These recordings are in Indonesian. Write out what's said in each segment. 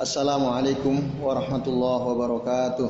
Assalamualaikum warahmatullahi wabarakatuh.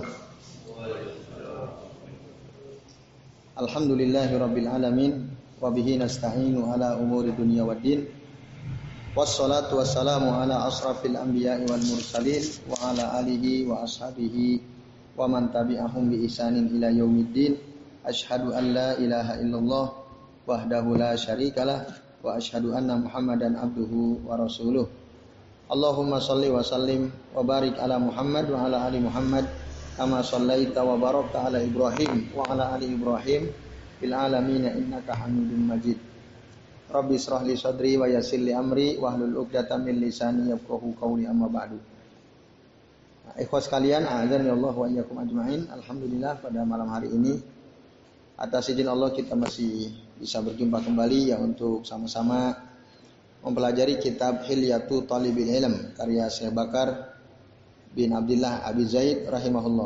Alhamdulillahirabbil alamin wa bihi nasta'inu ala umuri dunya waddin. Wassalatu wassalamu ala asrafil anbiya'i wal mursalin wa ala alihi wa ashabihi wa man tabi'ahum bi ihsanin ila yaumiddin. Asyhadu an la ilaha illallah wahdahu la syarikalah wa asyhadu anna Muhammadan abduhu wa rasuluh. Allahumma salli wa sallim wa barik ala Muhammad wa ala ali Muhammad kama sallaita wa barakta ala Ibrahim wa ala ali Ibrahim fil alamin innaka Hamidum Majid. Rabbi israh li sadri wa yassir li amri wahlul 'uqdatam min lisani yafqahu qawli amma ba'du. Ikhwas sekalian, a'adzani Allah wa iyyakum ajmain. Alhamdulillah pada malam hari ini atas izin Allah kita masih bisa berjumpa kembali ya untuk sama-sama mempelajari kitab Hilyatu Thalibil Ilm karya Syekh Bakar bin Abdullah Abi Zaid rahimahullah.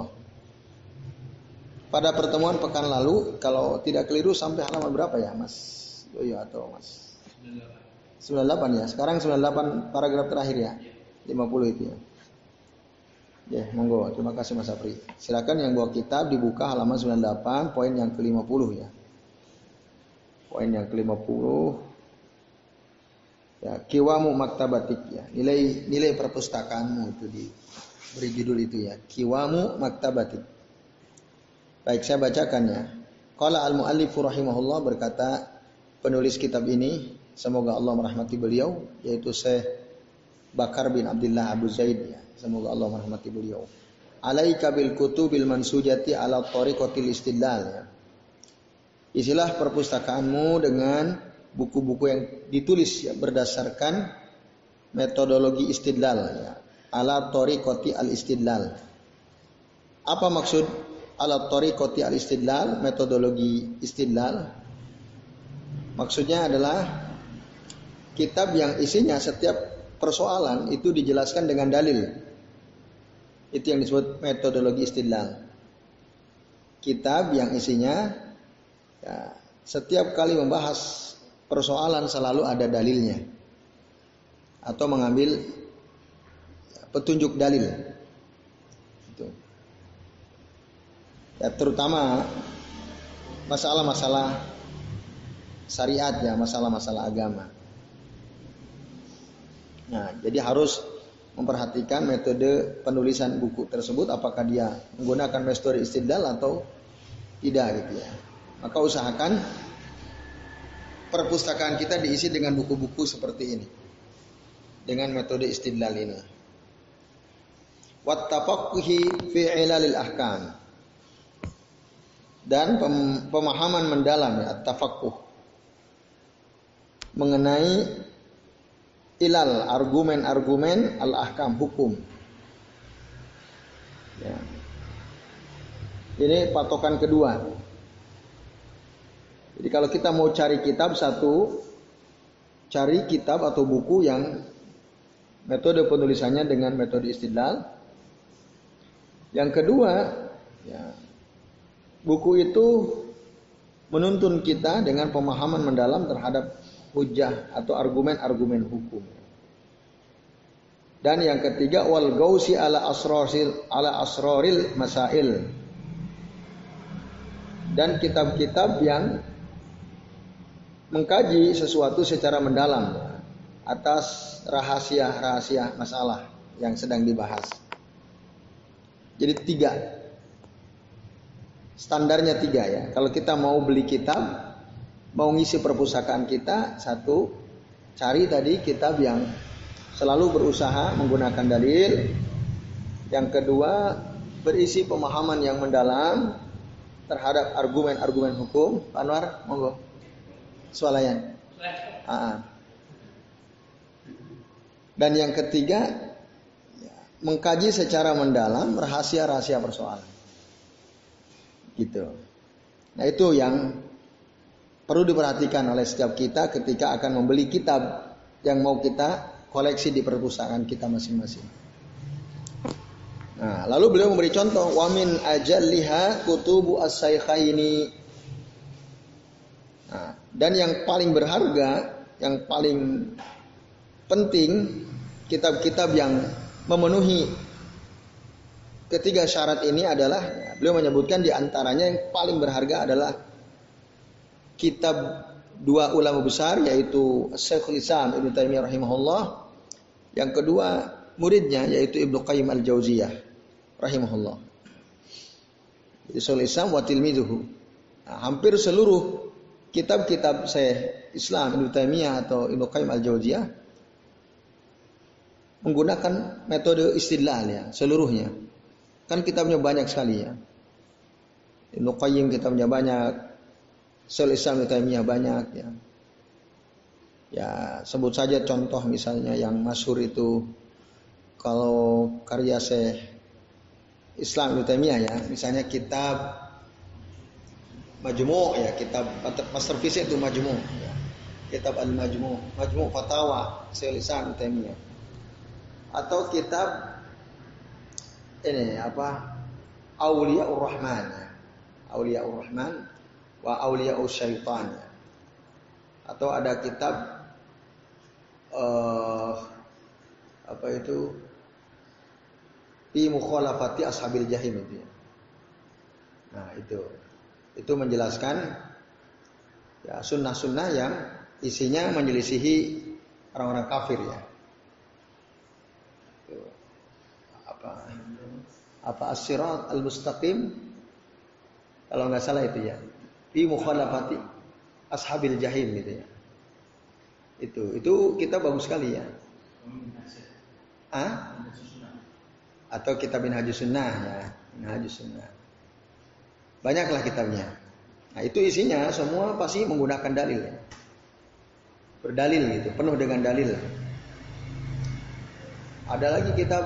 Pada pertemuan pekan lalu, kalau tidak keliru sampai halaman berapa ya Mas Yoyo atau Mas? 98 ya. Sekarang 98 paragraf terakhir ya. 50 itu ya. Ya, monggo. Terima kasih Mas Apri. Silakan yang bawa kitab dibuka halaman 98, poin yang ke-50 ya. Poin yang ke-50. Ya, kiwamu maktabatik ya. Nilai perpustakaanmu itu diberi judul itu ya. Kiwamu maktabatik. Baik, saya bacakan ya. Qala al-muallifu rahimahullah, berkata penulis kitab ini, semoga Allah merahmati beliau, yaitu Syekh Bakar bin Abdullah Abu Zaid ya. Semoga Allah merahmati beliau. Alaika bil kutubil mansujati ala tariqatil istidlal ya. Isilah perpustakaanmu dengan buku-buku yang ditulis ya, berdasarkan metodologi istidlal ya. Ala tariqati al-istidlal. Apa maksud ala tariqati al-istidlal, metodologi istidlal? Maksudnya adalah kitab yang isinya setiap persoalan itu dijelaskan dengan dalil. Itu yang disebut metodologi istidlal. Kitab yang isinya ya, setiap kali membahas persoalan selalu ada dalilnya atau mengambil petunjuk dalil. Itu. Ya, terutama masalah-masalah syariat ya, masalah-masalah agama. Nah, jadi harus memperhatikan metode penulisan buku tersebut, apakah dia menggunakan metode istidlal atau tidak gitu ya. Maka usahakan perpustakaan kita diisi dengan buku-buku seperti ini, dengan metode istidlal ini. Wattafaqhi fi ilalil ahkam, dan pemahaman mendalam ya, tafaqquh mengenai ilal, argumen-argumen al-ahkam, hukum. Ya. Ini patokan kedua. Jadi kalau kita mau cari kitab satu, cari kitab atau buku yang metode penulisannya dengan metode istidlal. Yang kedua, ya, buku itu menuntun kita dengan pemahaman mendalam terhadap hujjah atau argumen-argumen hukum. Dan yang ketiga, wal gausi ala asroril masail. Dan kitab-kitab yang mengkaji sesuatu secara mendalam atas rahasia-rahasia masalah yang sedang dibahas. Jadi 3. Standarnya 3 ya. Kalau kita mau beli kitab, mau ngisi perpustakaan kita, 1, cari tadi kitab yang selalu berusaha menggunakan dalil. Yang kedua, berisi pemahaman yang mendalam terhadap argumen-argumen hukum. Pak Anwar, monggo. Swalayan. Dan yang ketiga, mengkaji secara mendalam rahasia-rahasia persoalan. Gitu. Nah, itu yang perlu diperhatikan oleh setiap kita ketika akan membeli kitab yang mau kita koleksi di perpustakaan kita masing-masing. Nah, lalu beliau memberi contoh, wa min ajalliha kutubu as-saykhaini. Nah, dan yang paling berharga, yang paling penting, kitab-kitab yang memenuhi ketiga syarat ini adalah, beliau menyebutkan di antaranya yang paling berharga adalah kitab dua ulama besar, yaitu Syekhul Islam Ibnu Taimiyah rahimahullah. Yang kedua muridnya yaitu Ibnu Qayyim al-Jauziyah rahimahullah. Jadi Syekhul Islam wa tilmizuhu. Hampir seluruh kitab-kitab Syekh Islam Ibnu Taimiyah atau Ibnu Qayyim al-Jauziyah menggunakan metode istidlal ya, seluruhnya. Kan kitabnya banyak sekali ya. Ibnu Qayyim kitabnya banyak, Syekhul Islam Ibnu Taimiyah banyak ya. Ya, sebut saja contoh misalnya yang masyhur itu, kalau karya Syekh Islam Ibnu Taimiyah ya, misalnya kitab Majmu' ya, kitab masterpiece itu Majmu' ya. Kitab Al-Majmu', Majmu' Fatawa Syekhul Islam Ibnu Taimiyah. Atau kitab ini apa? Auliyaur Rahman ya. Auliyaur Rahman wa Auliyaus Syaitan ya. Atau ada kitab apa itu? Fi mukhalafati ashabil jahim itu ya. Nah, itu menjelaskan ya sunnah-sunnah yang isinya menyelisihi orang-orang kafir ya. Apa as-sirat al-mustaqim, kalau nggak salah itu ya, fi mukhalafati ashabil jahim gitu ya. Itu kita bagus sekali ya. Atau kitab Minhajus Sunnah ya, Minhajus Sunnah. Banyaklah kitabnya. Nah, itu isinya semua pasti menggunakan dalil ya. Berdalil gitu, penuh dengan dalil. Ada lagi kitab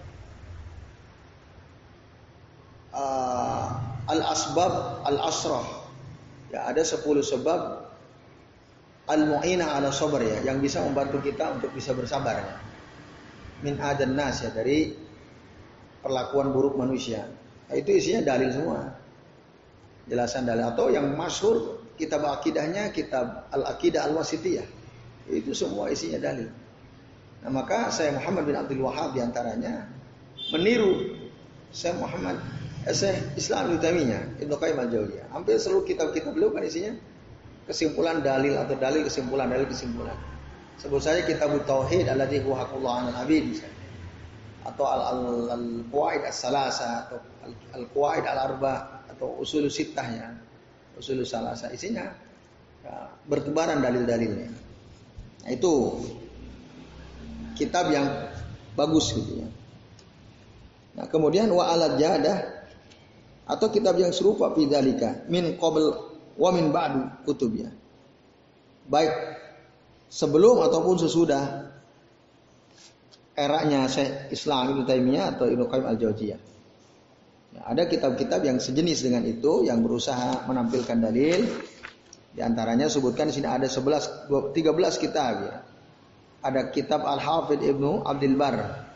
Al-Asbab Al-Asrah. Ya, ada 10 sebab Al-Mu'inah ala Sabr ya, yang bisa membantu kita untuk bisa bersabar ya. Min adan nas ya, dari perlakuan buruk manusia. Nah, itu isinya dalil semua. Jelasan dalil. Atau yang masyhur kitab akidahnya, kitab Al-Aqidah Al-Wasithiyah. Itu semua isinya dalil. Nah, maka saya Muhammad bin Abdul Wahhab diantaranya meniru Syekh Islam Ibnu Taimiyah, Ibnu Qayyim al-Jauziyah. Hampir seluruh kitab-kitab beliau kan isinya kesimpulan dalil atau dalil kesimpulan. Sebut saja kitab Tauhid alladzi huwa haqqullah 'alal 'abid misalnya. Atau al-qawaid as-salasa atau al-qawaid al-arba atau usul sittahnya, usul salasa, isinya ya, bertebaran dalil-dalilnya. Nah, itu kitab yang bagus gitu ya. Nah, kemudian wa alad jadah atau kitab yang serupa bidzalika min qabl wa min ba'du kutubnya. Baik sebelum ataupun sesudah eranya Syekh Islam Ibnu Taimiyah atau Ibnu Qayyim al-Jauziyah. Ya, ada kitab-kitab yang sejenis dengan itu yang berusaha menampilkan dalil. Di antaranya sebutkan di sini ada 13 kitab ya. Ada kitab Al-Hafidz Ibnu Abdul Bar.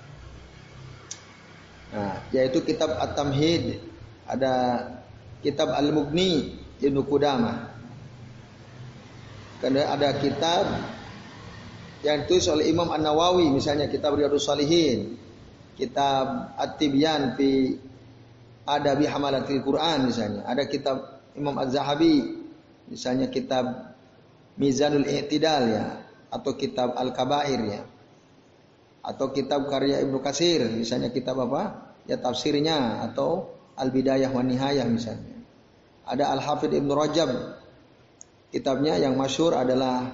Nah, yaitu kitab At-Tamhid, ada kitab Al-Mughni Ibnu Qudamah. Kemudian ada kitab yang ditulis oleh Imam An-Nawawi, misalnya kitab Riyadhus Shalihin, kitab At-Tibyan fi Adabi Hamalatil Quran misalnya. Ada kitab Imam Az-Zahabi, misalnya kitab Mizanul I'tidal ya, atau kitab Al-Kabair ya. Atau kitab karya Ibnu Katsir, misalnya kitab apa? Ya tafsirnya, atau Al-Bidayah wa Nihayah misalnya. Ada Al-Hafidz Ibnu Rajab. Kitabnya yang masyhur adalah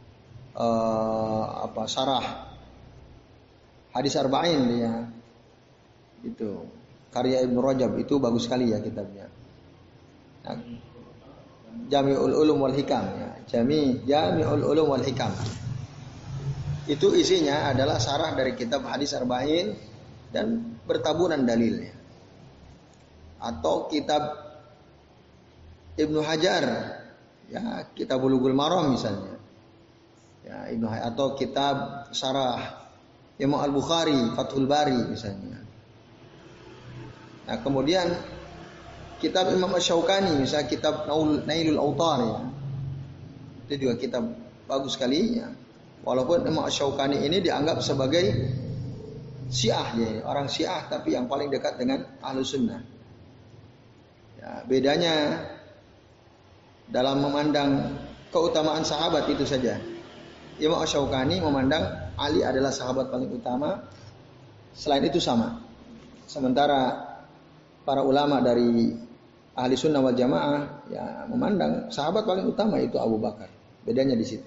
Syarah Hadis Arba'in dia. Itu karya Ibnu Rajab, itu bagus sekali ya kitabnya. Nah, Jami'ul Ulum wal Hikam ya. Jami'ul Ulum wal Hikam. Itu isinya adalah syarah dari kitab Hadis Arba'in dan bertaburan dalilnya. Atau kitab Ibnu Hajar ya, kitab Bulughul Maram misalnya. Ya, atau kitab syarah Imam Al-Bukhari, Fathul Bari misalnya. Nah, kemudian kitab Imam Asy-Syaukani, misalnya kitab Nailul Autar ya. Itu juga kitab bagus sekali ya. Walaupun Imam Asy-Syaukani ini dianggap sebagai Syiah ya, orang Syiah tapi yang paling dekat dengan Ahlus Sunnah. Ya, bedanya dalam memandang keutamaan sahabat itu saja. Imam Asy-Syaukani memandang Ali adalah sahabat paling utama. Selain itu sama. Sementara para ulama dari Ahli Sunnah wal Jamaah ya memandang sahabat paling utama itu Abu Bakar. Bedanya di situ.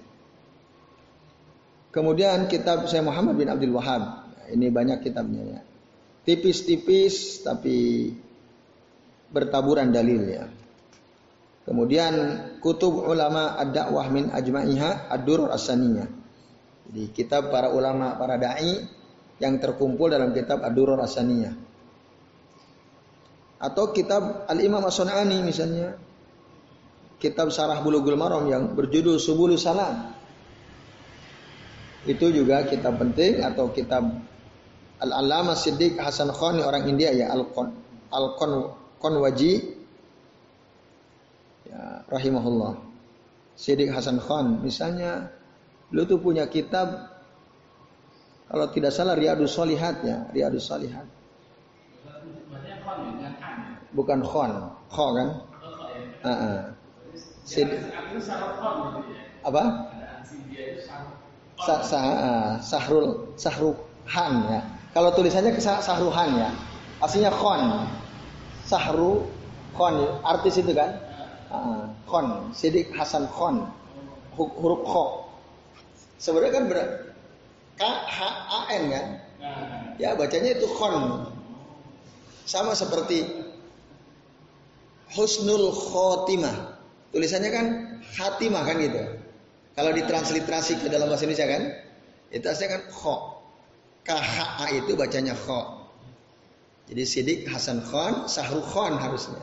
Kemudian kitab Syekh Muhammad bin Abdul Wahhab. Ini banyak kitabnya ya. Tipis-tipis tapi bertaburan dalil ya. Kemudian kutub ulama ad-da'wah min ajma'iha ad-durur as-saniyah. Jadi kitab para ulama, para dai yang terkumpul dalam kitab ad-durur as-saniyah. Atau kitab Al-Imam As-Sun'ani misalnya. Kitab Syarah Bulughul Maram yang berjudul Subulus Salam. Itu juga kitab penting. Atau kitab Al-Allamah Siddiq Hasan Khan orang India ya, Al-Konwaji ya, rahimahullah. Siddiq Hasan Khan misalnya, beliau tuh punya kitab kalau tidak salah Riyadus Shalihat ya, Riyadus Shalihat. Bukan Khan, Kho kan? Apa? Sahruhan ya. Kalau tulisannya Sahruhan ya. Aslinya Khan. Khan artis itu kan? Khan, Siddiq Hasan Khan. Huruf Kho. Sebenarnya kan K-H-A-N kan? Ya bacanya itu Khan. Sama seperti Husnul Khotimah. Tulisannya kan Khatimah kan gitu. Kalau ditransliterasi ke dalam bahasa Indonesia kan, itu aslinya kan Kho. K-H-A itu bacanya Kho. Jadi Siddiq Hasan Khan, Sahru Khan harusnya.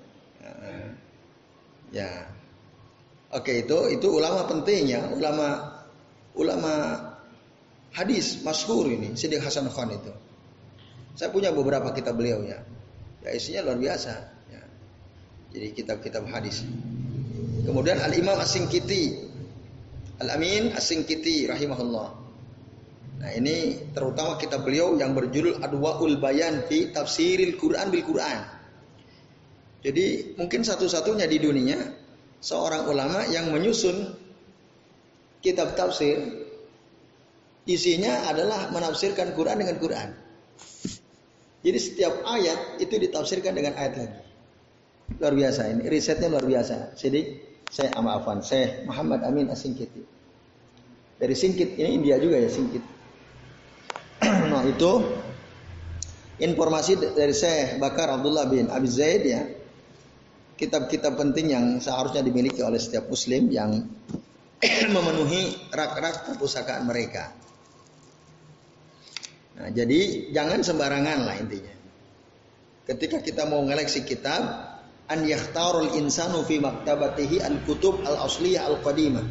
Ya. Oke, itu ulama penting ya, ulama hadis masyhur ini, Siddiq Hasan Khan itu. Saya punya beberapa kitab beliau ya. Ya isinya luar biasa ya. Jadi kitab-kitab hadis. Kemudian Al-Imam As-Sinkiti, Al-Amin As-Sinkiti rahimahullah. Nah, ini terutama kitab beliau yang berjudul Adwaul Bayan fi Tafsiril Quran bil Quran. Jadi mungkin satu-satunya di dunia seorang ulama yang menyusun kitab tafsir isinya adalah menafsirkan Quran dengan Quran. Jadi setiap ayat itu ditafsirkan dengan ayat lagi. Luar biasa ini, risetnya luar biasa. Jadi Syekh Muhammad Amin As-Sinkiti. Dari Singkit, ini India juga ya Singkit. Nah itu informasi dari Syekh Bakar Abdullah bin Abi Zaid ya. Kitab-kitab penting yang seharusnya dimiliki oleh setiap muslim yang memenuhi rak-rak perpustakaan mereka. Nah, jadi jangan sembarangan lah intinya. Ketika kita mau ngeleksi kitab, an yakhtarul insanu fi maktabatihi al-kutub al-asliyah al-qadimah.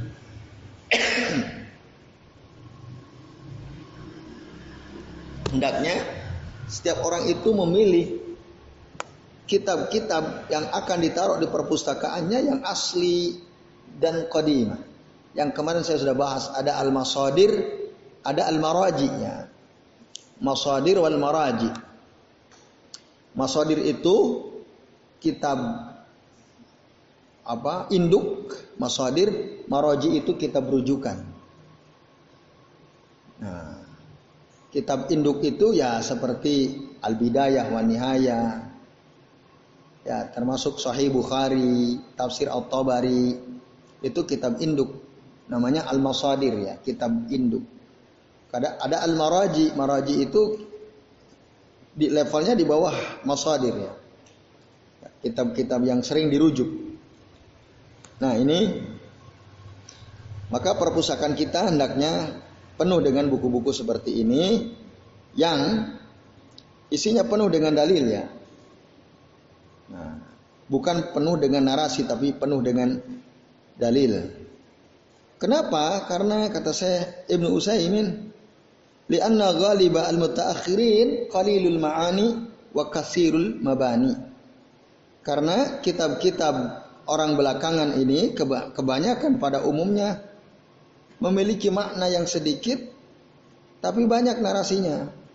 Hendaknya setiap orang itu memilih kitab-kitab yang akan ditaruh di perpustakaannya yang asli dan qadimah. Yang kemarin saya sudah bahas, ada al-masadir, ada al-maraji ya. Masadir wal maraji. Masadir itu kitab induk, masadir, maraji itu kitab rujukan. Nah, kitab induk itu ya seperti Al-Bidayah wa Nihayah. Ya, termasuk Sahih Bukhari, Tafsir At-Tabari. Itu kitab induk. Namanya Al-Masadir ya, kitab induk. Ada Al-Maraji, Maraji itu di levelnya di bawah Masadir ya. Kitab-kitab yang sering dirujuk. Nah, ini maka perpustakaan kita hendaknya penuh dengan buku-buku seperti ini yang isinya penuh dengan dalil ya. Nah, bukan penuh dengan narasi tapi penuh dengan dalil. Kenapa? Karena kata saya Ibnu Utsaimin, li'anna ghaliba al-mutaakhirin qalilul ma'ani wa katsirul mabani. Karena kitab-kitab orang belakangan ini kebanyakan pada umumnya memiliki makna yang sedikit tapi banyak narasinya.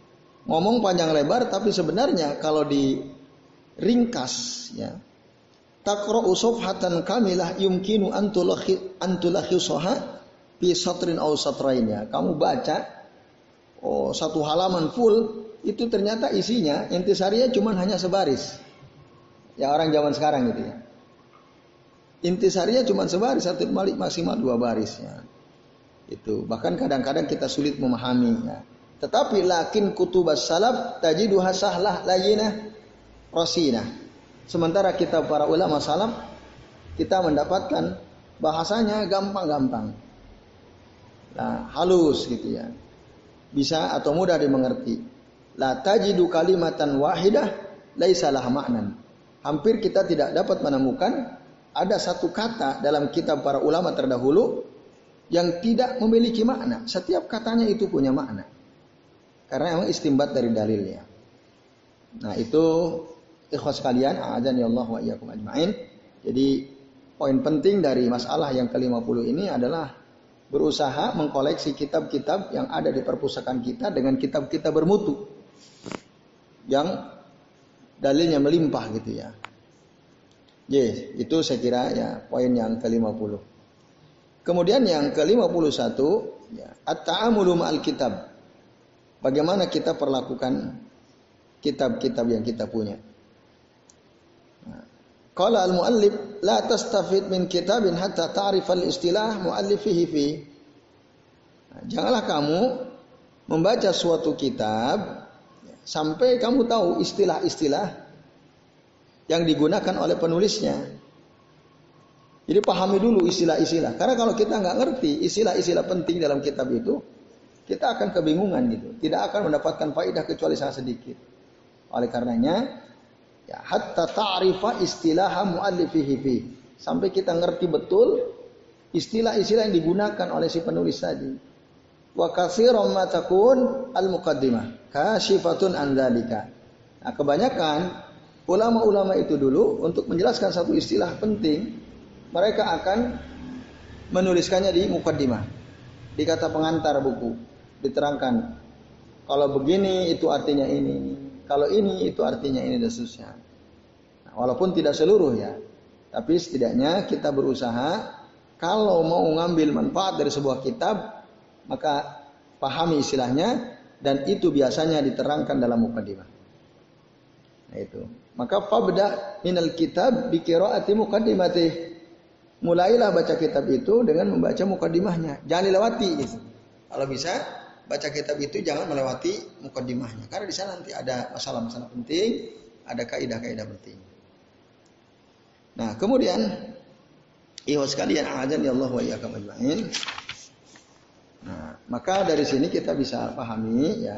ngomong panjang lebar, tapi sebenarnya kalau diringkas, ya, taqra'u safhatan kamilah yumkinu antulakhisaha fi satrin aw satrain, ya. Kamu baca satu halaman full, itu ternyata isinya intisarinya cuma hanya sebaris. Ya orang zaman sekarang gitu ya. Intisarinya cuma sebaris, satu balik maksimal 2 baris, ya. Itu bahkan kadang-kadang kita sulit memahami, ya. Tetapi lakin kutubas salaf tajiduha sahlah layyinah rasinah. Sementara kitab para ulama salaf kita mendapatkan bahasanya gampang-gampang. Nah, halus gitu ya. Bisa atau mudah dimengerti. La tajidu kalimatan wahidah laisa laha ma'nan. Hampir kita tidak dapat menemukan ada satu kata dalam kitab para ulama terdahulu yang tidak memiliki makna. Setiap katanya itu punya makna. Karena memang istimbat dari dalilnya. Nah, itu ikhwas sekalian, a'adzani Allah wa iyyakum ajmain. Jadi poin penting dari masalah yang ke-50 ini adalah berusaha mengkoleksi kitab-kitab yang ada di perpustakaan kita dengan kitab-kitab bermutu yang dalilnya melimpah gitu ya. Yes, itu saya kira ya poin yang ke-50. Kemudian yang ke-51 ya, at-ta'amulu ma'al kitab. Bagaimana kita perlakukan kitab-kitab yang kita punya. Qala al-muallif la tastafid min kitabin hatta ta'rif al-istilah muallifihi fi. Janganlah kamu membaca suatu kitab sampai kamu tahu istilah-istilah yang digunakan oleh penulisnya. Jadi pahami dulu istilah-istilah. Karena kalau kita nggak ngerti istilah-istilah penting dalam kitab itu, kita akan kebingungan gitu. Tidak akan mendapatkan faedah kecuali sangat sedikit. Oleh karenanya, ya hatta ta'rifa istilaha muallifihi fi. Sampai kita ngerti betul istilah-istilah yang digunakan oleh si penulis tadi. Wa katsiran ma takun al-muqaddimah kasyifatun an dzalika. Nah, kebanyakan ulama-ulama itu dulu untuk menjelaskan satu istilah penting, mereka akan menuliskannya di muqaddimah. Di kata pengantar buku diterangkan kalau begini itu artinya ini, kalau ini itu artinya ini dan seterusnya. Nah, walaupun tidak seluruh ya, tapi setidaknya kita berusaha kalau mau ngambil manfaat dari sebuah kitab, maka pahami istilahnya dan itu biasanya diterangkan dalam muqaddimah. Nah itu. Maka fabda minal kitab bi qiraati muqaddimati. Mulailah baca kitab itu dengan membaca muqaddimahnya. Jangan dilewati gitu. Kalau bisa baca kitab itu jangan melewati muqaddimahnya. Karena di sana nanti ada masalah-masalah penting, ada kaidah-kaidah penting. Nah, kemudian ikhwas sekalian a'adzani Allah wa iyyakum ajmain. Nah, maka dari sini kita bisa pahami ya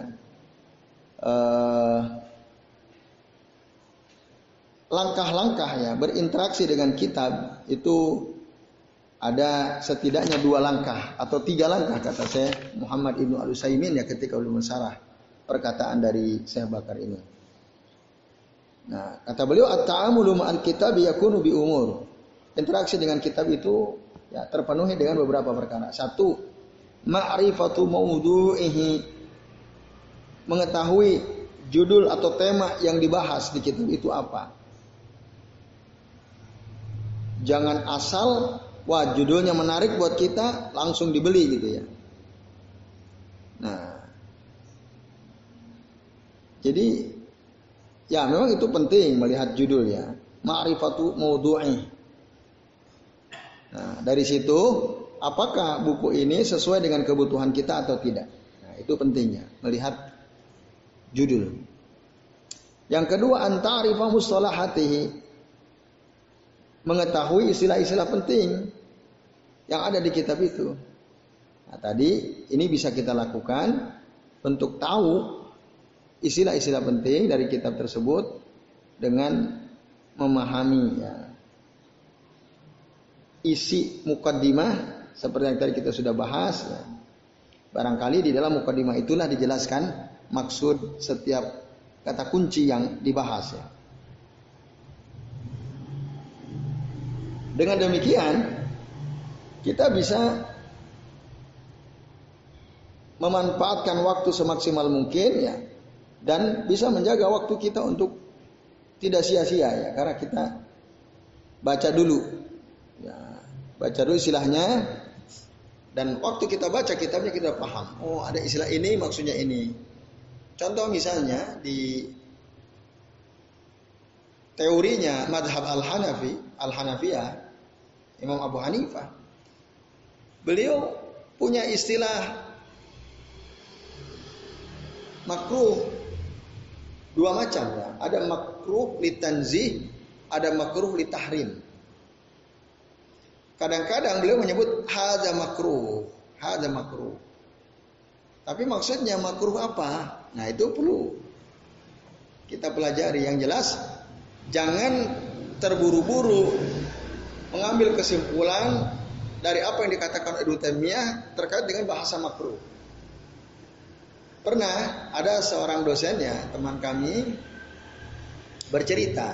langkah-langkah ya berinteraksi dengan kitab itu ada setidaknya 2 langkah atau 3 langkah kata saya Muhammad Ibnu Al-Utsaimin ya ketika ulun mensyarah perkataan dari Syekh Bakar ini. Nah, kata beliau at-ta'amulu ma'al kitab yakunu bi umur. Interaksi dengan kitab itu ya terpenuhi dengan beberapa perkara. 1, ma'rifatu mawdu'ihi. Mengetahui judul atau tema yang dibahas di kitab itu apa. Jangan asal wah judulnya menarik buat kita langsung dibeli gitu ya. Nah, jadi ya memang itu penting melihat judul ya. Ma'rifatu mawdu'i. Nah, dari situ apakah buku ini sesuai dengan kebutuhan kita atau tidak. Nah, itu pentingnya melihat judul. Yang kedua anta'rifa mustalahatihi. Mengetahui istilah-istilah penting yang ada di kitab itu. Nah, tadi ini bisa kita lakukan untuk tahu istilah-istilah penting dari kitab tersebut dengan memahami ya, isi muqaddimah seperti yang tadi kita sudah bahas. Ya. Barangkali di dalam muqaddimah itulah dijelaskan maksud setiap kata kunci yang dibahas. Ya. Dengan demikian kita bisa memanfaatkan waktu semaksimal mungkin ya dan bisa menjaga waktu kita untuk tidak sia-sia ya, karena kita baca dulu, ya, baca dulu istilahnya, dan waktu kita baca kitabnya kita paham. Oh, ada istilah ini maksudnya ini. Contoh misalnya di teorinya madhab Al-Hanafiyah, Imam Abu Hanifah, beliau punya istilah makruh dua macam ya. Ada makruh litanzih, ada makruh litahrim. Kadang-kadang beliau menyebut hadza makruh. Tapi maksudnya makruh apa? Nah, itu perlu kita pelajari. Yang jelas jangan terburu-buru mengambil kesimpulan dari apa yang dikatakan Ibnu Taimiyah terkait dengan bahasa makruh. Pernah ada seorang dosennya, teman kami, bercerita,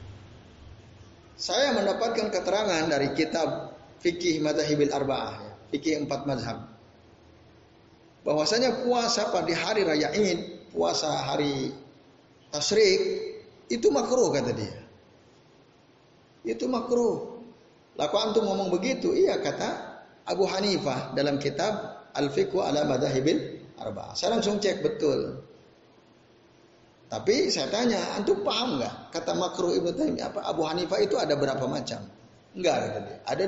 saya mendapatkan keterangan dari kitab fikih madhahibil arba'ah, fikih 4 mazhab, bahwasanya puasa pada hari raya Id, puasa hari tasyrik, itu makruh kata dia. Itu makruh. Laku antum ngomong begitu? Iya, kata Abu Hanifah dalam kitab Al-Fiqh ala Madhahibil Arba'ah. Saya langsung cek betul. Tapi saya tanya, antum paham nggak? Kata makruh Ibnu Taimiyah, apa Abu Hanifah itu ada berapa macam? Enggak, kata dia. Ada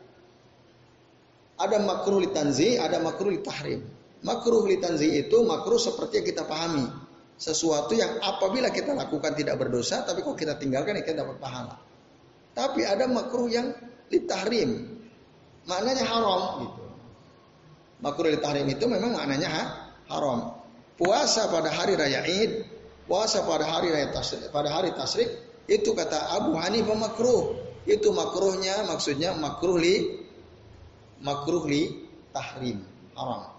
2. Ada makruh litanzi, ada makruh litahrim. Makruh litanzi itu makruh seperti yang kita pahami. Sesuatu yang apabila kita lakukan tidak berdosa, tapi kalau kita tinggalkan kita dapat pahala. Tapi ada makruh yang litahrim. Maknanya haram gitu. Makruh litahrim itu memang maknanya haram. Puasa pada hari raya Id, puasa pada hari raya tasyrik, pada hari tasyrik, itu kata Abu Hanifah makruh. Itu makruhnya maksudnya makruh li tahrim, haram.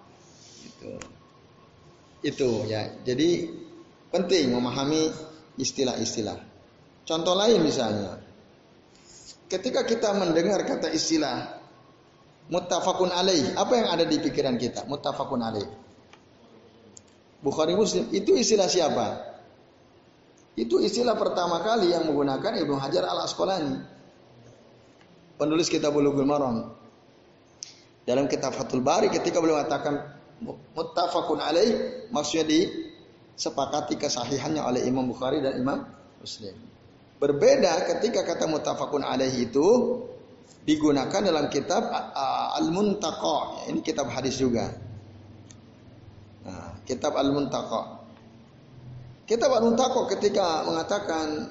Itu ya. Jadi penting memahami istilah-istilah. Contoh lain misalnya, ketika kita mendengar kata istilah muttafaqun alaih, apa yang ada di pikiran kita? Muttafaqun alaih, Bukhari Muslim, itu istilah siapa? Itu istilah pertama kali yang menggunakan Ibnu Hajar Al-Asqalani, penulis kitab Bulughul Maram. Dalam kitab Fathul Bari ketika beliau mengatakan muttafaqun alaih, maksudnya disepakati kesahihannya oleh Imam Bukhari dan Imam Muslim. Berbeda ketika kata muttafaqun alaih itu digunakan dalam kitab Al-Muntaqa. Ini kitab hadis juga. Nah, kitab Al-Muntaqa. Kitab Al-Muntaqa ketika mengatakan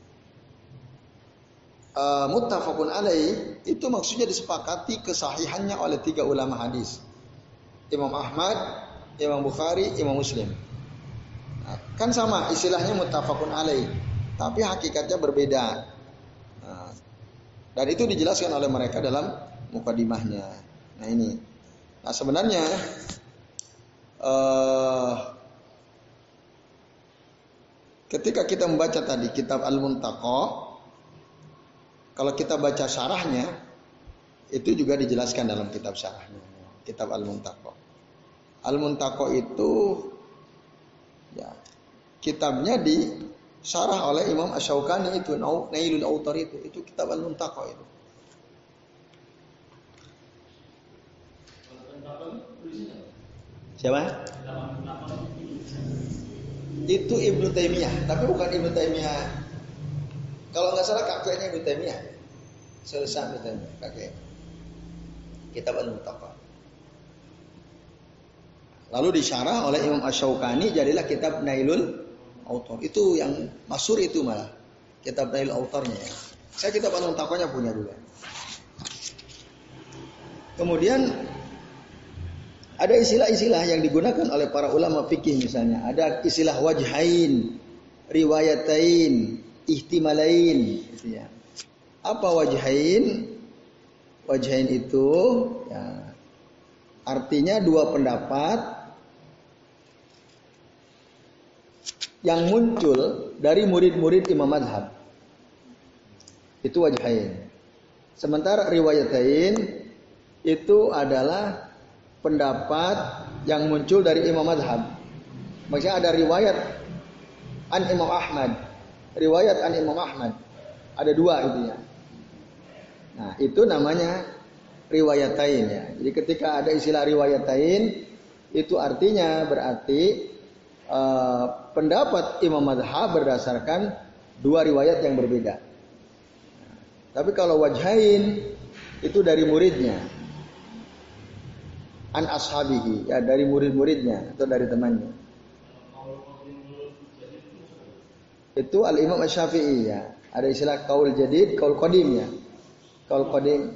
muttafaqun alaih, itu maksudnya disepakati kesahihannya oleh 3 ulama hadis. Imam Ahmad, Imam Bukhari, Imam Muslim. Nah, kan sama istilahnya muttafaqun alaih, tapi hakikatnya berbeda. Nah, dan itu dijelaskan oleh mereka dalam mukadimahnya. Nah ini. Nah sebenarnya ketika kita membaca tadi kitab Al-Muntaqa, kalau kita baca syarahnya, itu juga dijelaskan dalam kitab syarahnya. Kitab Al-Muntaqa. Al-Muntaqa itu ya, kitabnya disyarah oleh Imam Asy-Syaukani itu, Nailul Autar itu kitab Al-Muntaqa itu. Siapa? Itu Ibnu Taimiyah, tapi bukan Ibnu Taimiyah. Kalau nggak salah kakeknya Ibnu Taimiyah. Selesai Ibnu Taimiyah, kakek. Kitab Al-Muntaqa. Lalu disyarah oleh Imam Asy-Syaukani, jadilah kitab Nailul Autar. Itu yang masyhur itu malah. Kitab Nailul Autarnya ya. Saya kitab Al-Muntaqanya punya juga. Kemudian ada istilah-istilah yang digunakan oleh para ulama fikih misalnya. Ada istilah wajhain, riwayatain, ihtimalain gitu ya. Apa wajhain? Wajhain itu ya, artinya 2 pendapat yang muncul dari murid-murid imam mazhab. Itu wajhain. Sementara riwayatain itu adalah pendapat yang muncul dari imam mazhab. Maksudnya ada riwayat an Imam Ahmad. Riwayat an Imam Ahmad. Ada dua itu ya. Nah, itu namanya riwayatain ya. Jadi ketika ada istilah riwayatain, itu artinya berarti pendapat Imam Madhab berdasarkan dua riwayat yang berbeda. Tapi kalau wajhain itu dari muridnya, an ashabihi ya, dari murid-muridnya atau dari temannya. Itu al Imam Asy-Syafi'i ya. Ada istilah kaul jadid, kaul qadim ya. Kaul qadim.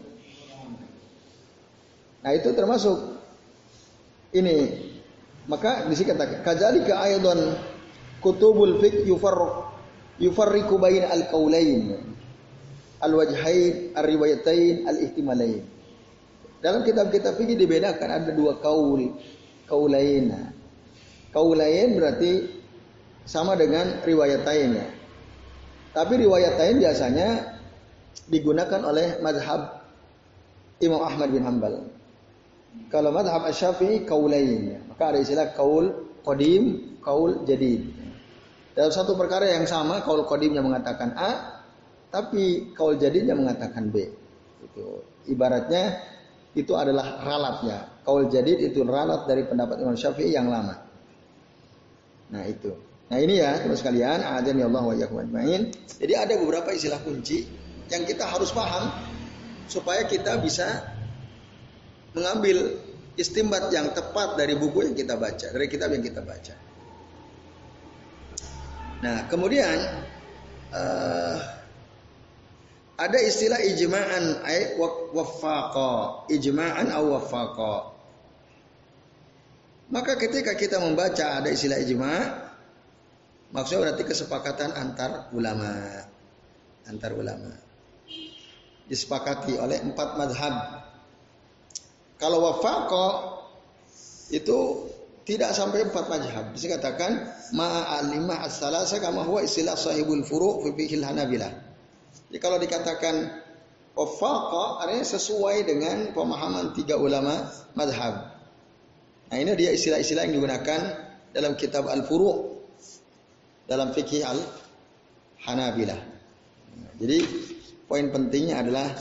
Nah itu termasuk ini. Maka disitu katakan kadzalika aidan kutubul fiqh yufarriqu bain al-qaulain al-wajhain ar-riwayatain al-ihtimalain. Dalam kitab-kitab fikih dibedakan ada dua kaulain. Kaulain berarti sama dengan riwayatain ya. Tapi riwayatain biasanya digunakan oleh mazhab Imam Ahmad bin Hanbal. Kalau mazhab Asy-Syafi'i kaulain, maka ada istilah kaul qadim, kaul jadid. Dalam satu perkara yang sama, kaul qadimnya mengatakan A, tapi kaul jadidnya mengatakan B. Itu ibaratnya itu adalah ralatnya. Kaul jadid itu ralat dari pendapat Imam Syafi'i yang lama. Nah itu. Nah ini ya teman sekalian, a'adzani Allah wa iyyakum ajmain. Jadi ada beberapa istilah kunci yang kita harus paham supaya kita bisa mengambil istimbat yang tepat dari buku yang kita baca, dari kitab yang kita baca. Nah, kemudian ada istilah ijma'an ay waffaqa, ijma'an aw waffaqa. Maka ketika kita membaca ada istilah ijma', maksudnya berarti kesepakatan antar ulama. Antar ulama. Disepakati oleh 4 mazhab. Kalau wafaqah itu tidak sampai 4 mazhab. Bisa katakan ma'alimah as-salasa kama huwa istilah sahibul furu' fi fiqhil Hanabilah. Jadi kalau dikatakan wafaqah artinya sesuai dengan pemahaman 3 ulama mazhab. Nah, ini dia istilah-istilah yang digunakan dalam kitab al-furu' dalam fikih al-Hanabilah. Jadi poin pentingnya adalah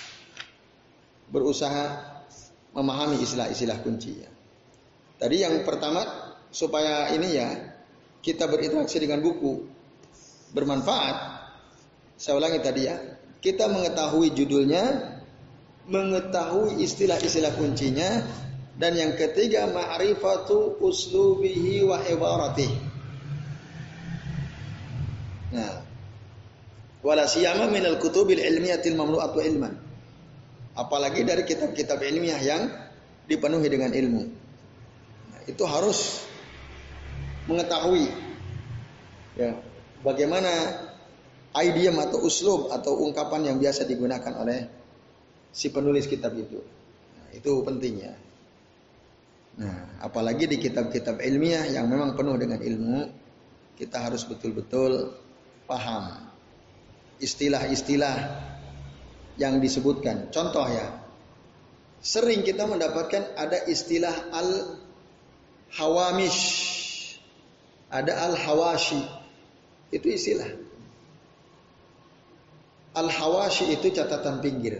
berusaha memahami istilah-istilah kunci ya. Tadi yang pertama supaya ini ya kita berinteraksi dengan buku bermanfaat. Saya ulangi tadi ya. Kita mengetahui judulnya, mengetahui istilah-istilah kuncinya, dan yang ketiga ma'rifatu uslubihi wa ibaratih. Nah, wala siyama minal kutubil ilmiyatil mamlu'atu ilman. Apalagi dari kitab-kitab ilmiah yang dipenuhi dengan ilmu. Nah, itu harus mengetahui ya, bagaimana idiom atau uslub atau ungkapan yang biasa digunakan oleh si penulis kitab itu. Nah, itu pentingnya. Nah, apalagi di kitab-kitab ilmiah yang memang penuh dengan ilmu, kita harus betul-betul paham istilah-istilah yang disebutkan. Contoh ya, sering kita mendapatkan ada istilah al-hawamish, ada al-hawashi. Itu istilah. Al-hawashi itu catatan pinggir.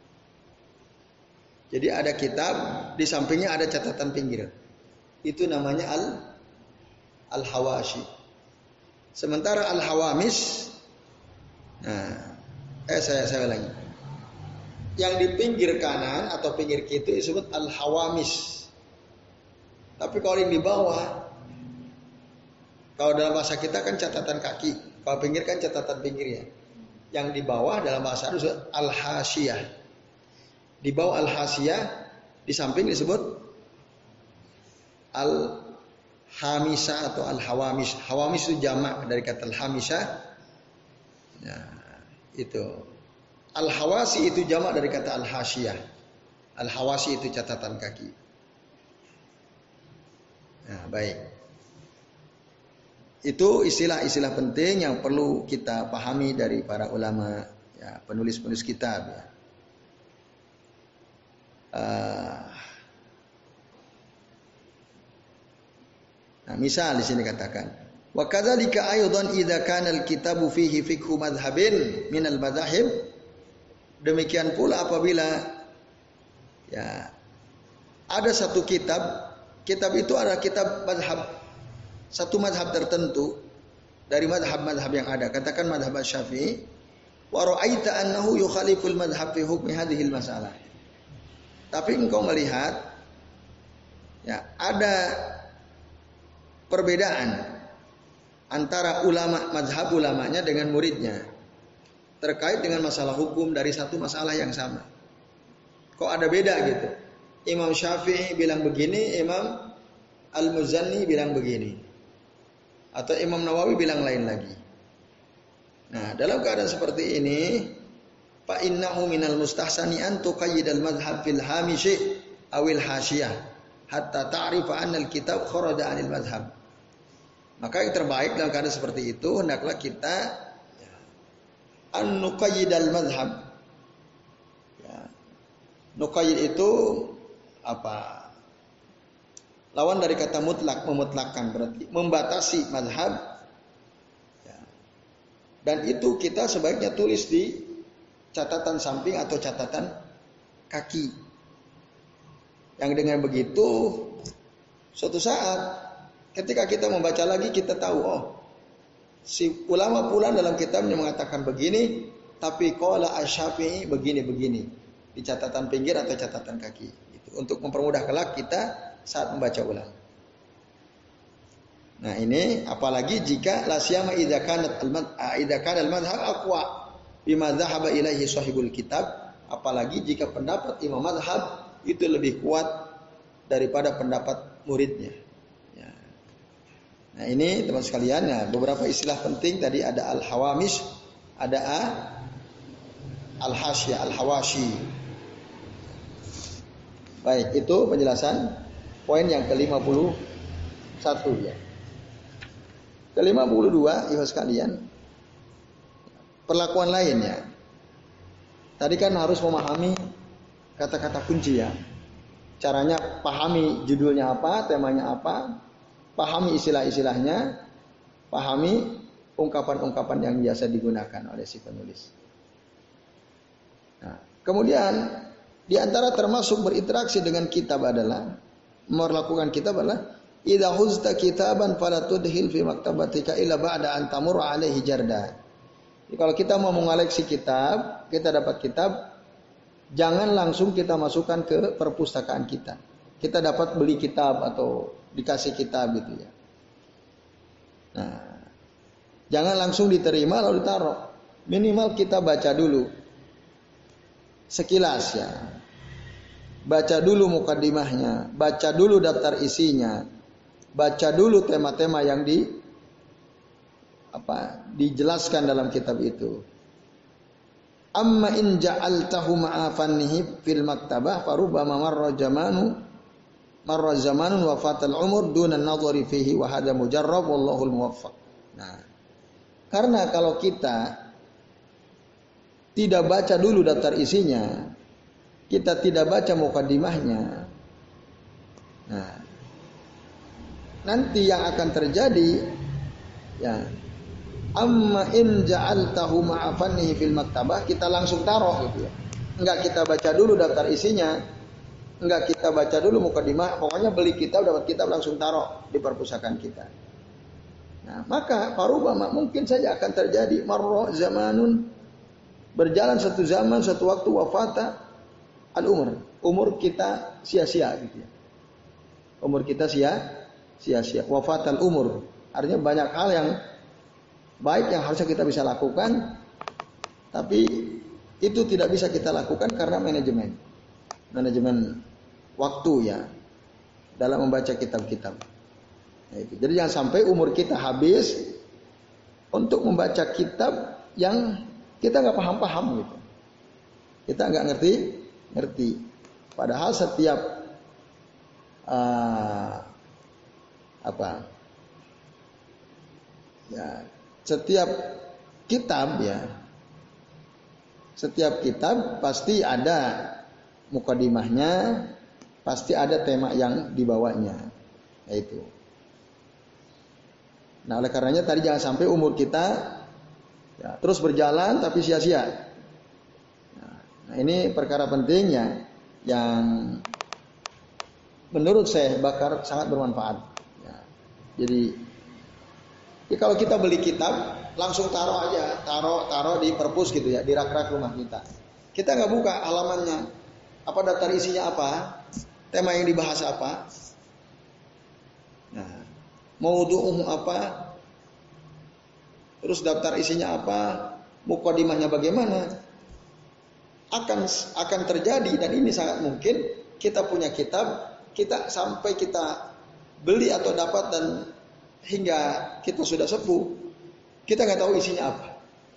Jadi ada kitab, di sampingnya ada catatan pinggir. Itu namanya al-hawashi. Sementara al-hawamish, nah, saya ulangi. Yang di pinggir kanan atau pinggir kiri itu disebut al-hawamish. Tapi kalau yang di bawah, kalau dalam bahasa kita kan catatan kaki, kalau pinggir kan catatan pinggir ya. Yang di bawah dalam bahasa Arab disebut al-hasiyah. Di bawah al-hasiyah, di samping disebut al-hamisah atau al-hawamish. Hawamish itu jamak dari kata al-hamisah. Nah, itu. Al-hawasi itu jamak dari kata al-hasiyah. Al-hawasi itu catatan kaki. Nah, baik. Itu istilah-istilah penting yang perlu kita pahami dari para ulama, ya, penulis-penulis kitab. Ya. Nah, misal di sini katakan Wa kadzalika aidan idza kana al-kitabu fihi fiqhu madhhabin min al-madzahib. Demikian pula apabila ya ada satu kitab itu adalah kitab madhab, satu madhab tertentu dari madhab-madhab yang ada. Katakan madhab Syafi'i, wa ra'aita annahu yukhaliful madhab fi hukmi hadhil masalah. Tapi engkau melihat ya ada perbedaan antara ulama, mazhab ulamanya dengan muridnya terkait dengan masalah hukum dari satu masalah yang sama. Kok ada beda gitu? Imam Syafi'i bilang begini, Imam Al-Muzanni bilang begini, atau Imam Nawawi bilang lain lagi. Nah, dalam keadaan seperti ini, fa innahu minal mustahsani an tuqayyidal madhhab fil hamishi awil hasyiyah hatta ta'rifa anna al-kitab kharaja 'anil madhhab. Maka yang terbaik dalam keadaan seperti itu hendaklah kita an nuqayyidal madhhab. Ya. Nuqayyid itu apa? Lawan dari kata mutlak, memutlakkan, berarti membatasi madhab. Ya. Dan itu kita sebaiknya tulis di catatan samping atau catatan kaki. Yang dengan begitu suatu saat ketika kita membaca lagi kita tahu, oh si ulama pula dalam kitabnya mengatakan begini, tapi qala Asy-Syafi'i begini-begini di catatan pinggir atau catatan kaki. Gitu. Untuk mempermudah kelak kita saat membaca ulang. Nah ini apalagi jika la siyama idza kana al-madhhab aqwa bima dhahaba ilaihi sahibul kitab, apalagi jika pendapat imam madhab itu lebih kuat daripada pendapat muridnya. Ya. Nah ini teman sekalian, ya, beberapa istilah penting tadi ada al-hawamish, ada al-hasyiyah, al-hawashi. Baik, itu penjelasan poin yang ke-51 ya. Ke-52 ibu sekalian, perlakuan lainnya. Tadi kan harus memahami kata-kata kunci ya. Caranya pahami judulnya apa, temanya apa, pahami istilah-istilahnya, pahami ungkapan-ungkapan yang biasa digunakan oleh si penulis. Nah, kemudian di antara termasuk berinteraksi dengan kitab adalah melakukan kitab adalah idza huzta kitaban fala tudhil fi maktabatika illa ba'da an tamur alaihi jarda. Jadi, kalau kita mau mengoleksi kitab, kita dapat kitab, jangan langsung kita masukkan ke perpustakaan kita. Kita dapat beli kitab atau dikasih kitab gitu ya. Nah, jangan langsung diterima lalu ditaruh. Minimal kita baca dulu sekilas ya. Baca dulu mukaddimahnya, baca dulu daftar isinya, baca dulu tema-tema yang dijelaskan dalam kitab itu. Amma in ja'altahu ma'a fannihi fil maktabah farubama marra zamanun wa fatal umur duna an-nadhari fihi wa hadha mujarrab wallahul muwaffaq. Nah, karena kalau kita tidak baca dulu daftar isinya, kita tidak baca mukaddimahnya, nah, nanti yang akan terjadi ya, amma in ja'altahu ma'a fannihi fil maktabah, kita langsung taruh gitu ya. Enggak kita baca dulu daftar isinya, enggak kita baca dulu mukaddimah, pokoknya beli kitab, dapat kitab langsung taruh di perpustakaan kita. Nah, maka parubama mungkin saja akan terjadi marra zamanun, berjalan satu zaman, satu waktu, wafata umur kita sia-sia gitu ya. Umur kita sia-sia. Wafatal umur. Artinya banyak hal yang baik yang harusnya kita bisa lakukan, tapi itu tidak bisa kita lakukan karena manajemen waktu ya dalam membaca kitab-kitab. Nah, itu. Jadi jangan sampai umur kita habis untuk membaca kitab yang kita nggak paham gitu. Kita nggak ngerti. Padahal setiap setiap kitab pasti ada mukadimahnya, pasti ada tema yang dibawanya, yaitu. Nah, oleh karenanya tadi jangan sampai umur kita ya, terus berjalan tapi sia-sia. Nah, ini perkara pentingnya yang menurut saya bakar sangat bermanfaat. Ya, jadi kalau kita beli kitab langsung taruh aja, taruh di perpus gitu ya, di rak-rak rumah kita. Kita nggak buka halamannya, apa daftar isinya apa, tema yang dibahas apa, nah, maudu'uh apa, terus daftar isinya apa, mukadimahnya bagaimana, akan terjadi dan ini sangat mungkin kita punya kitab, kita sampai kita beli atau dapat dan hingga kita sudah sepuh, kita nggak tahu isinya apa.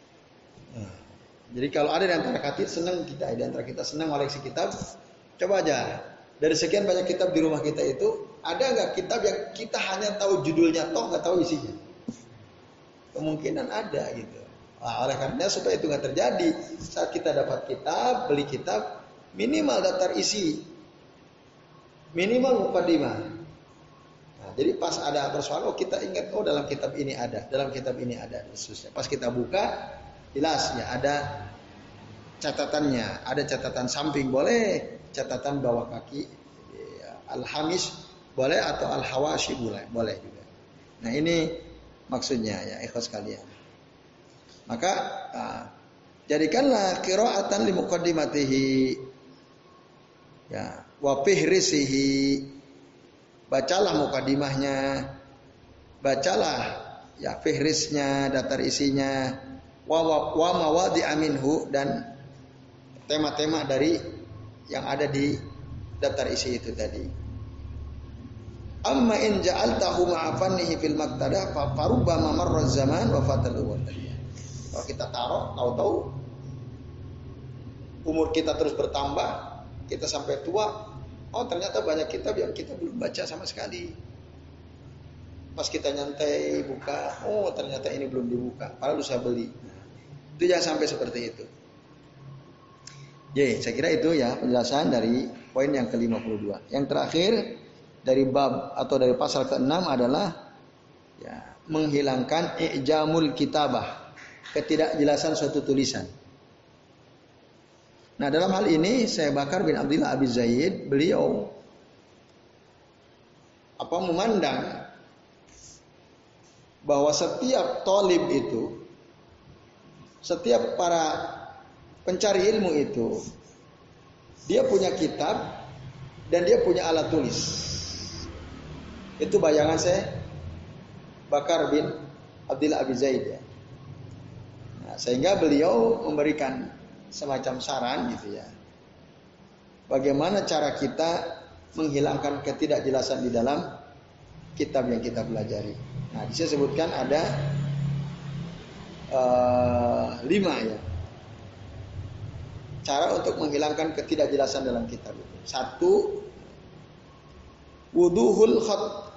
Jadi kalau ada di antara kita senang koleksi kitab, coba aja dari sekian banyak kitab di rumah kita itu ada nggak kitab yang kita hanya tahu judulnya toh nggak tahu isinya? Kemungkinan ada gitu. Nah, oleh karena supaya itu nggak terjadi, saat kita dapat kitab, beli kitab, minimal daftar isi, minimal mukadimah. Nah, jadi pas ada persoalan, kita ingat dalam kitab ini ada, khususnya. Pas kita buka, jelas ya ada catatannya, ada catatan samping boleh, catatan bawah kaki, al-hamish boleh atau al-hawashi boleh juga. Nah ini maksudnya ya ikhlas kalian. Maka jadikanlah qiraatan li muqaddimatihi ya wa fihrisihi, bacalah muqaddimahnya, bacalah ya fihrisnya, daftar isinya, wa mawadi'a minhu, dan tema-tema dari yang ada di daftar isi itu tadi. Amma in ja'altahu ma'afannihi fil maktadah fa farubbama marra zaman wa fatal waqti. Kalau kita tahu-tahu umur kita terus bertambah, kita sampai tua, ternyata banyak kitab yang kita belum baca sama sekali. Pas kita nyantai buka, ternyata ini belum dibuka, padahal usah beli. Itu jangan sampai seperti itu. Jadi saya kira itu ya penjelasan dari poin yang ke-52. Yang terakhir dari bab atau dari pasal ke-6 adalah ya, menghilangkan i'jamul kitabah, ketidakjelasan suatu tulisan. Nah dalam hal ini saya Bakar bin Abdullah Abi Zaid, beliau memandang bahwa setiap talib itu, setiap para pencari ilmu itu, dia punya kitab dan dia punya alat tulis. Itu bayangan saya Bakar bin Abdullah Abi Zaid ya. Nah, sehingga beliau memberikan semacam saran gitu ya. Bagaimana cara kita menghilangkan ketidakjelasan di dalam kitab yang kita pelajari. Nah, di sini sebutkan ada 5 ya. Cara untuk menghilangkan ketidakjelasan dalam kitab itu. 1, wuduhul khat.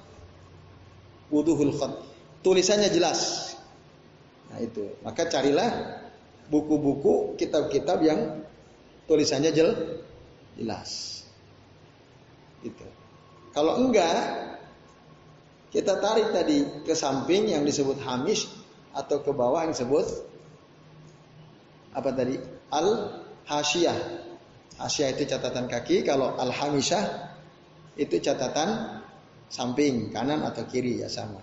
Tulisannya jelas. Nah itu. Maka carilah buku-buku, kitab-kitab yang tulisannya jelas. Gitu. Kalau enggak, kita tarik tadi ke samping yang disebut hamish atau ke bawah yang disebut apa tadi? Al-Hasyiyah. Hasyiyah itu catatan kaki, kalau al-Hamishah itu catatan samping, kanan atau kiri ya sama.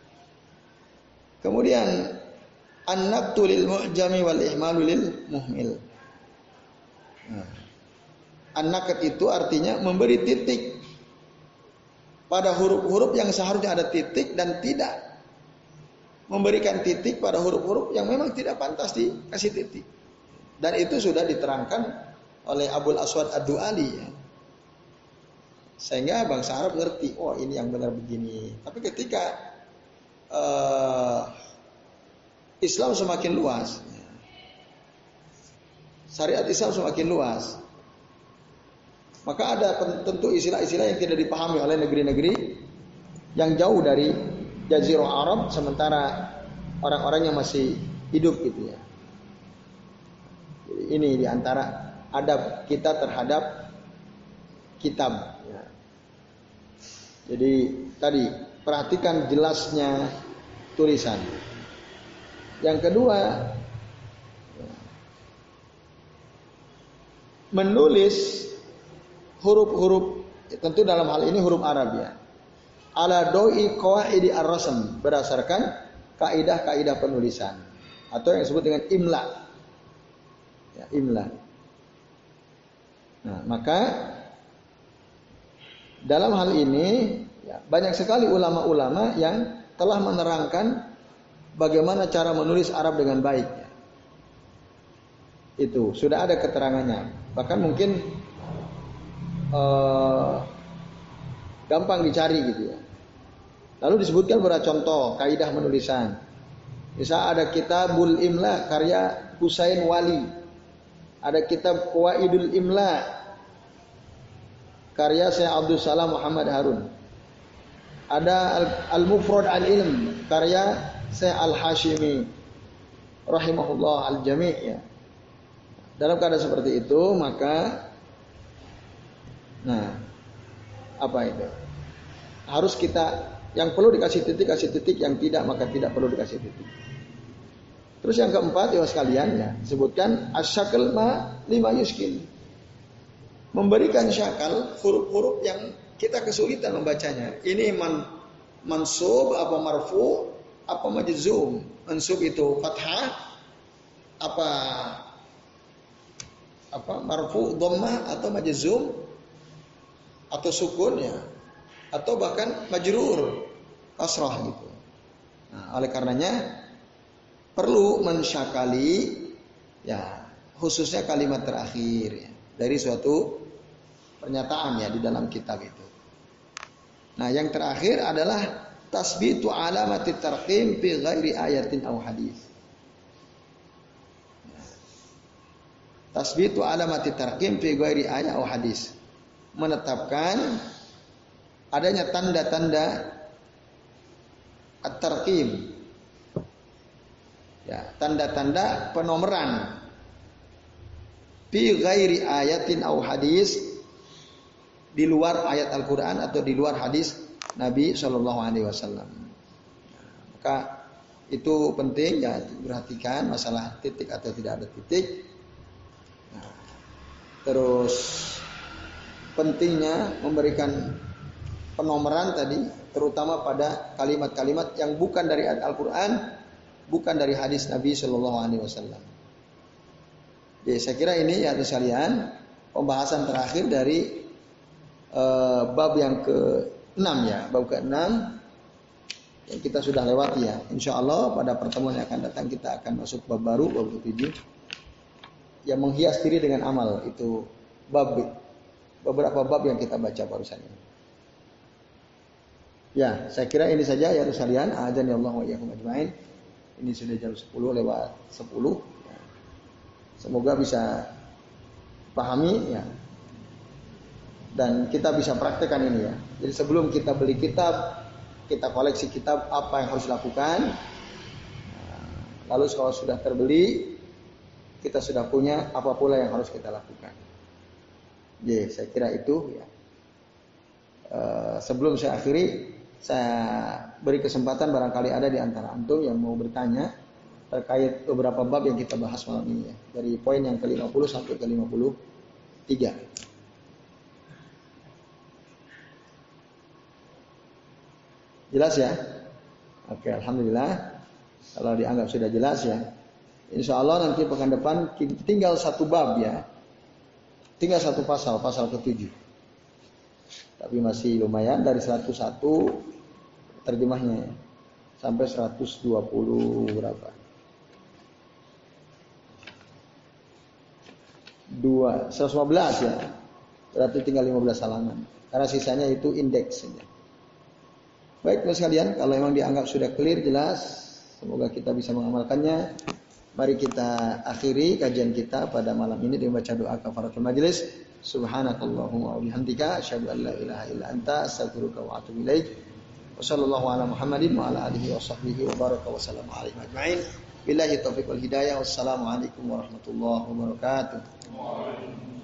Kemudian an-naqtu lil mu'jami wal ihmalu lil muhmil. Nah, an-naqt itu artinya memberi titik pada huruf-huruf yang seharusnya ada titik dan tidak memberikan titik pada huruf-huruf yang memang tidak pantas dikasih titik. Dan itu sudah diterangkan oleh Abul Aswad Ad-Du'ali ya. Sehingga bangsa Arab ngerti, ini yang benar begini. Tapi ketika Islam semakin luas, syariat Islam semakin luas, maka ada tentu istilah-istilah yang tidak dipahami oleh negeri-negeri yang jauh dari Jazirah Arab, sementara orang-orang yang masih hidup gitu ya. Ini diantara adab kita terhadap kitab. Ya. Jadi tadi perhatikan jelasnya, tulisan. Yang kedua, menulis huruf-huruf, tentu dalam hal ini huruf Arab ya. Ala doi qawaidi ar-rasm, berdasarkan kaidah-kaidah penulisan atau yang disebut dengan imla. Ya, imla. Nah, maka dalam hal ini ya, banyak sekali ulama-ulama yang telah menerangkan bagaimana cara menulis Arab dengan baik. Ya. Itu sudah ada keterangannya. Bahkan mungkin gampang dicari gitu ya. Lalu disebutkan beberapa contoh kaidah menulisan. Misal ada Kitabul Imla karya Husain Wali. Ada kitab Qawaidul Imla karya Syekh Abdul Salam Muhammad Harun. Ada Al-Mufrad Al-Ilm karya Syekh Al-Hashimi rahimahullah al-jami' ya. Dalam keadaan seperti itu maka apa itu? Harus kita yang perlu dikasih titik, kasih titik, yang tidak maka tidak perlu dikasih titik. Terus yang keempat ya sekalian ya, disebutkan asyakal ma lima yuskil. Memberikan syakal huruf-huruf yang kita kesulitan membacanya. Ini mansub apa marfu apa majzum. Mansub itu fathah apa marfu dhammah atau majzum atau sukun ya, atau bahkan majrur kasrah gitu. Nah, oleh karenanya perlu mensyakali ya, khususnya kalimat terakhir ya, dari suatu pernyataan ya di dalam kitab itu. Nah, yang terakhir adalah tasbitu alamati tarqim fi ghairi ayatin aw hadis. Tasbitu alamati tarqim fi ghairi ayat aw hadis. Menetapkan adanya tanda-tanda at-tarqim. Ya, tanda-tanda penomoran fi ghairi ayatin aw hadis, di luar ayat Al-Qur'an atau di luar hadis Nabi sallallahu alaihi wasallam. Maka itu penting ya, perhatikan masalah titik atau tidak ada titik. Nah, terus pentingnya memberikan penomoran tadi, terutama pada kalimat-kalimat yang bukan dari ayat Al-Qur'an, bukan dari hadis Nabi Shallallahu Alaihi Wasallam. Jadi saya kira ini ya sekalian pembahasan terakhir dari bab yang ke-6 ya, bab ke-6 yang kita sudah lewati ya. Insya Allah pada pertemuan yang akan datang kita akan masuk bab baru, bab ke-7 yang menghias diri dengan amal. Itu beberapa bab yang kita baca barusan ini. Ya, saya kira ini saja ya sekalian. Adzan ya Allah wa iyyakum ajmain. Ini sudah jam 10 lewat 10. Ya. Semoga bisa pahami ya. Dan kita bisa praktekkan ini ya. Jadi sebelum kita beli kitab, kita koleksi kitab, apa yang harus dilakukan. Lalu kalau sudah terbeli, kita sudah punya apa pula yang harus kita lakukan. Jadi saya kira itu ya. Sebelum saya akhiri, saya beri kesempatan barangkali ada di antara antum yang mau bertanya terkait beberapa bab yang kita bahas malam ini ya. Dari poin yang ke-50 sampai ke-53. Jelas ya? Oke, alhamdulillah. Kalau dianggap sudah jelas ya. Insya Allah nanti pekan depan tinggal satu bab ya. Tinggal satu pasal ke-7. Tapi masih lumayan dari 101 terjemahnya ya. Sampai 120 berapa? 115 ya. Berarti tinggal 15 halaman. Karena sisanya itu indeks saja. Baik teman sekalian, kalau memang dianggap sudah clear jelas, semoga kita bisa mengamalkannya. Mari kita akhiri kajian kita pada malam ini dengan baca doa kafaratul majelis. Subhanakallahumma wa bihamdika asyhadu an la ilaha illa anta astaghfiruka wa atubu ilaik. Wa sallallahu ala Muhammadin wa ala alihi wa sahbihi wa baraka wa sallam alaihi ajma'in. Billahi taufiq wal hidayah. Wassalamu alaikum warahmatullahi wabarakatuh.